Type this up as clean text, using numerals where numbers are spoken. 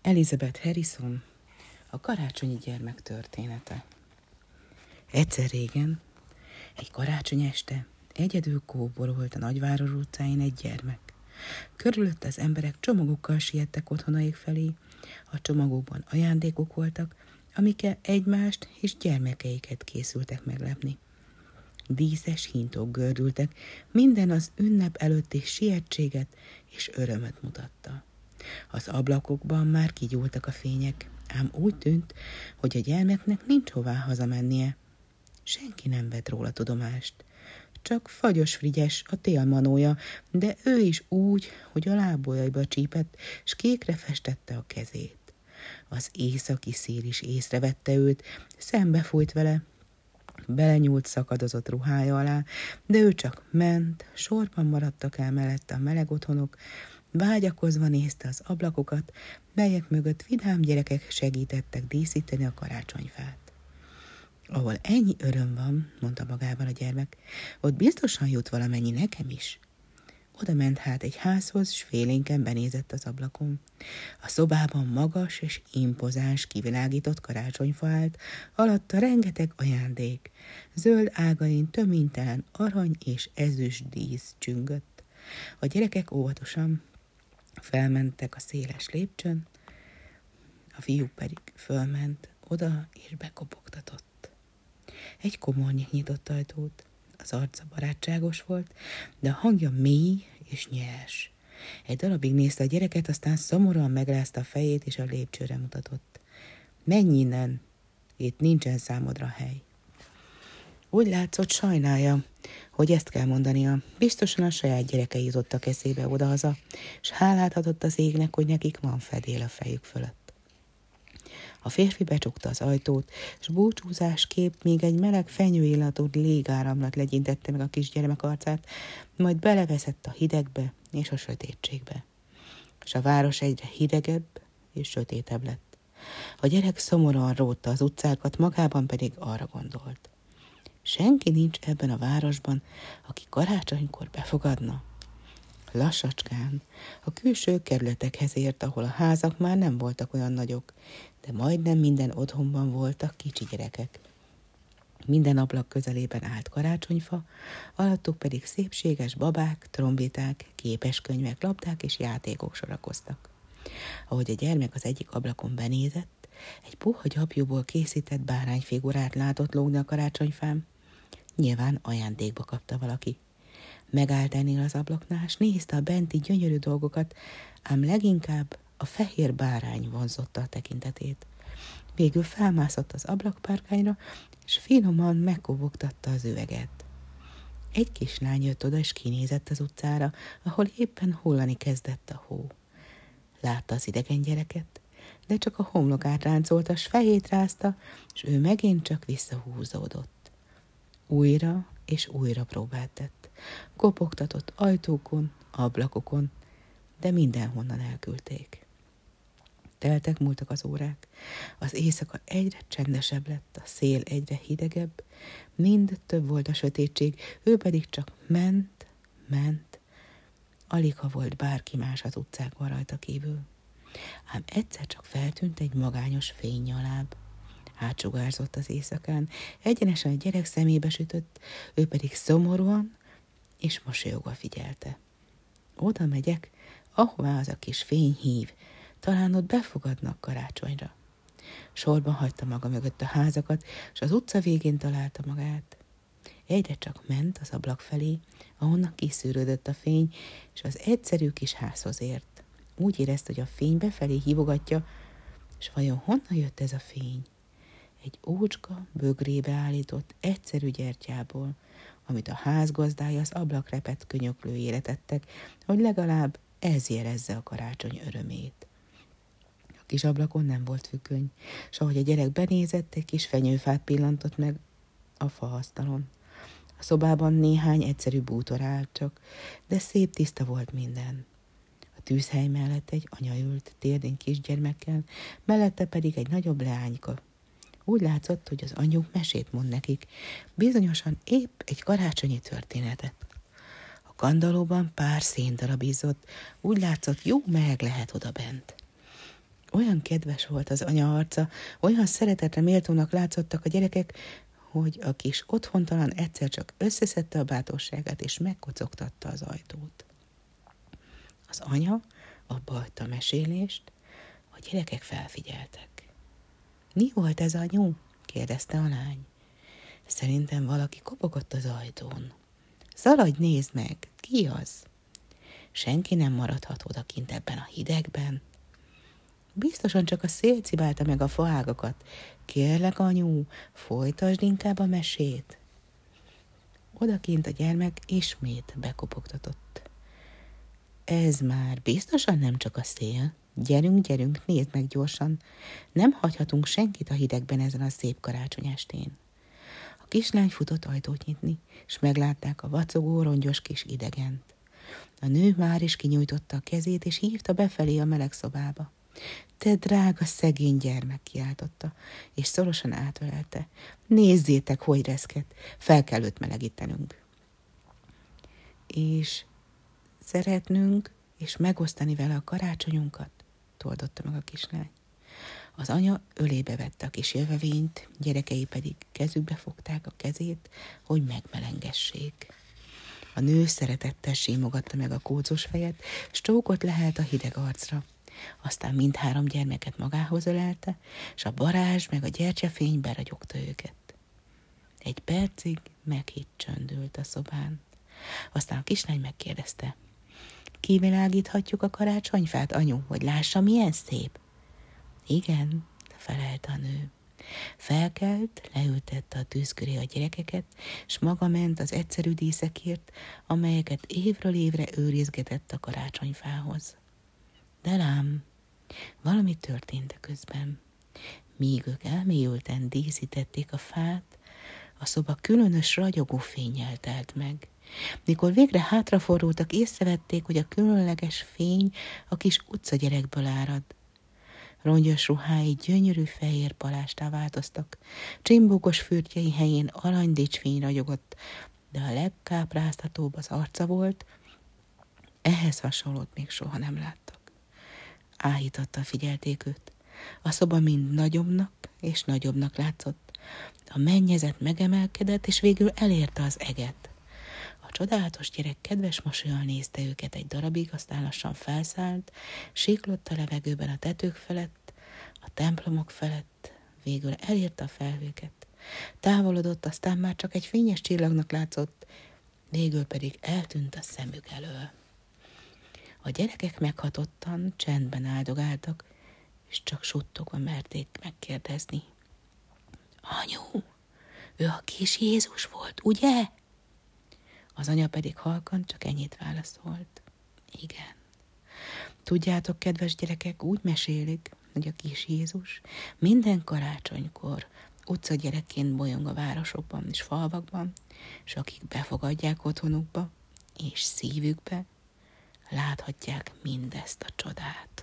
Elizabeth Harrison, a karácsonyi gyermek története. Egyszer régen, egy karácsony este, egyedül kóborolt a nagyváros utcáin egy gyermek. Körülött az emberek csomagokkal siettek otthonaik felé, a csomagokban ajándékok voltak, amikkel egymást és gyermekeiket készültek meglepni. Díszes hintók gördültek, minden az ünnep előtti sietséget és örömöt mutatta. Az ablakokban már kigyúltak a fények, ám úgy tűnt, hogy a gyermeknek nincs hová hazamennie. Senki nem vett róla tudomást. Csak Fagyos Frigyes, a télmanója, de ő is úgy, hogy a lábujjaiba csípett, s kékre festette a kezét. Az északi szél is észrevette őt, szembefújt vele, belenyúlt szakadozott ruhája alá, de ő csak ment, sorban maradtak el mellette a meleg otthonok, vágyakozva nézte az ablakokat, melyek mögött vidám gyerekek segítettek díszíteni a karácsonyfát. Ahol ennyi öröm van, mondta magában a gyermek, ott biztosan jut valamennyi nekem is. Oda ment hát egy házhoz, s félénken benézett az ablakon. A szobában magas és impozáns kivilágított karácsonyfa állt, alatta rengeteg ajándék. Zöld ágain töménytelen arany és ezüst dísz csüngött. A gyerekek óvatosan felmentek a széles lépcsőn, a fiú pedig fölment oda és bekopogtatott. Egy komornyik nyitott ajtót. Az arca barátságos volt, de a hangja mély és nyers. Egy darabig nézte a gyereket, aztán szomorúan megrázta a fejét, és a lépcsőre mutatott. Menj innen, itt nincsen számodra hely. Úgy látszott, sajnálja, hogy ezt kell mondania. Biztosan a saját gyerekei jutottak eszébe odahaza, s hálát adott az égnek, hogy nekik van fedél a fejük fölött. A férfi becsukta az ajtót, s búcsúzásképp még egy meleg fenyőillatú légáramlat legyintette meg a kisgyermek arcát, majd beleveszett a hidegbe és a sötétségbe. És a város egyre hidegebb és sötétebb lett. A gyerek szomorúan rótta az utcákat, magában pedig arra gondolt. Senki nincs ebben a városban, aki karácsonykor befogadna. Lassacskán a külső kerületekhez ért, ahol a házak már nem voltak olyan nagyok, de majdnem minden otthonban voltak kicsi gyerekek. Minden ablak közelében állt karácsonyfa, alattuk pedig szépséges babák, trombiták, képeskönyvek, labdák és játékok sorakoztak. Ahogy a gyermek az egyik ablakon benézett, egy puha gyapjúból készített bárányfigurát látott lógni a karácsonyfán. Nyilván ajándékba kapta valaki. Megállt ennél az ablaknál, s nézte a benti gyönyörű dolgokat, ám leginkább a fehér bárány vonzotta a tekintetét. Végül felmászott az ablakpárkányra, és finoman megkóbogtatta az üveget. Egy kislány jött oda, és kinézett az utcára, ahol éppen hullani kezdett a hó. Látta az idegen gyereket, de csak a homlokát ráncolta, s fejét rázta, és ő megint csak visszahúzódott. Újra és újra próbált tett. Kopogtatott ajtókon, ablakokon, de mindenhonnan elküldték. Teltek múltak az órák, az éjszaka egyre csendesebb lett, a szél egyre hidegebb, mind több volt a sötétség, ő pedig csak ment, aligha volt bárki más az utcákon rajta kívül. Ám egyszer csak feltűnt egy magányos fénynyaláb. Átsugárzott az éjszakán, egyenesen a gyerek szemébe sütött, ő pedig szomorúan és mosolyogva figyelte. Oda megyek, ahová az a kis fény hív, talán ott befogadnak karácsonyra. Sorban hagyta maga mögött a házakat, és az utca végén találta magát. Egyre csak ment az ablak felé, ahonnan kiszűrődött a fény, és az egyszerű kis házhoz ért. Úgy érezte, hogy a fény befelé hívogatja, és vajon honnan jött ez a fény? Egy ócska bögrébe állított egyszerű gyertyából, amit a házgazdája az ablakrepett könyöklőjére tettek, hogy legalább ez jelezze a karácsony örömét. A kis ablakon nem volt függöny, s ahogy a gyerek benézett, egy kis fenyőfát pillantott meg a faasztalon. A szobában néhány egyszerű bútor állt csak, de szép tiszta volt minden. A tűzhely mellett egy anya ült, térdén kisgyermekkel, mellette pedig egy nagyobb leányka. Úgy látszott, hogy az anyjuk mesét mond nekik, bizonyosan épp egy karácsonyi történetet. A kandallóban pár széndarab izzott, úgy látszott, jó meleg lehet oda bent. Olyan kedves volt az anya arca, olyan szeretetre méltónak látszottak a gyerekek, hogy a kis otthontalan egyszer csak összeszedte a bátorságát, és megkocogtatta az ajtót. Az anya abba hagyta a mesélést, a gyerekek felfigyeltek. Mi volt ez, anyu? Kérdezte a lány. Szerintem valaki kopogott az ajtón. Szaladj, nézd meg, ki az? Senki nem maradhat odakint ebben a hidegben. Biztosan csak a szél cibálta meg a faágakat. Kérlek, anyu, folytasd inkább a mesét. Odakint a gyermek ismét bekopogtatott. Ez már biztosan nem csak a szél. Gyerünk, gyerünk, nézd meg gyorsan. Nem hagyhatunk senkit a hidegben ezen a szép karácsonyestén. A kislány futott ajtót nyitni, és meglátták a vacogó, rongyos kis idegent. A nő már is kinyújtotta a kezét, és hívta befelé a meleg szobába. Te drága szegény gyermek, kiáltotta, és szorosan átölelte. Nézzétek, hogy reszket, fel kell őt melegítenünk. És szeretnünk, és megosztani vele a karácsonyunkat, toldotta meg a kislány. Az anya ölébe vette a kis jövevényt, gyerekei pedig kezükbe fogták a kezét, hogy megmelengessék. A nő szeretettel simogatta meg a kócos fejet, s csókot lehelt a hideg arcra. Aztán mindhárom gyermeket magához ölelte, s a varázs meg a gyertyafény beragyogta őket. Egy percig meghitt csöndült a szobán. Aztán a kislány megkérdezte. Kivilágíthatjuk a karácsonyfát, anyu, hogy lássa, milyen szép? Igen, felelte a nő. Felkelt, leültette a tűz köré a gyerekeket, s maga ment az egyszerű díszekért, amelyeket évről évre őrizgetett a karácsonyfához. De lám, valami történt közben. Míg ők elmélyülten díszítették a fát, a szoba különös ragyogó fénnyel telt meg. Mikor végre hátrafordultak, észrevették, hogy a különleges fény a kis utcagyerekből árad. Rongyos ruhái gyönyörű fehér palástá változtak, csimbókos fürtjei helyén aranydicsfény ragyogott, de a legkápráztatóbb az arca volt, ehhez hasonlót még soha nem láttak. Áhítottal figyelték őt. A szoba mind nagyobbnak és nagyobbnak látszott. A mennyezet megemelkedett, és végül elérte az eget. A csodálatos gyerek kedves mosollyal nézte őket egy darabig, aztán lassan felszállt, siklott a levegőben a tetők felett, a templomok felett, végül elérte a felhőket. Távolodott, aztán már csak egy fényes csillagnak látszott, végül pedig eltűnt a szemük elől. A gyerekek meghatottan, csendben áldogáltak, és csak suttogva merték megkérdezni. Anyu, ő a kis Jézus volt, ugye? Az anya pedig halkan csak ennyit válaszolt. Igen. Tudjátok, kedves gyerekek, úgy mesélik, hogy a kis Jézus minden karácsonykor utcagyerekként bolyong a városokban és falvakban, és akik befogadják otthonukba és szívükbe, láthatják mindezt a csodát.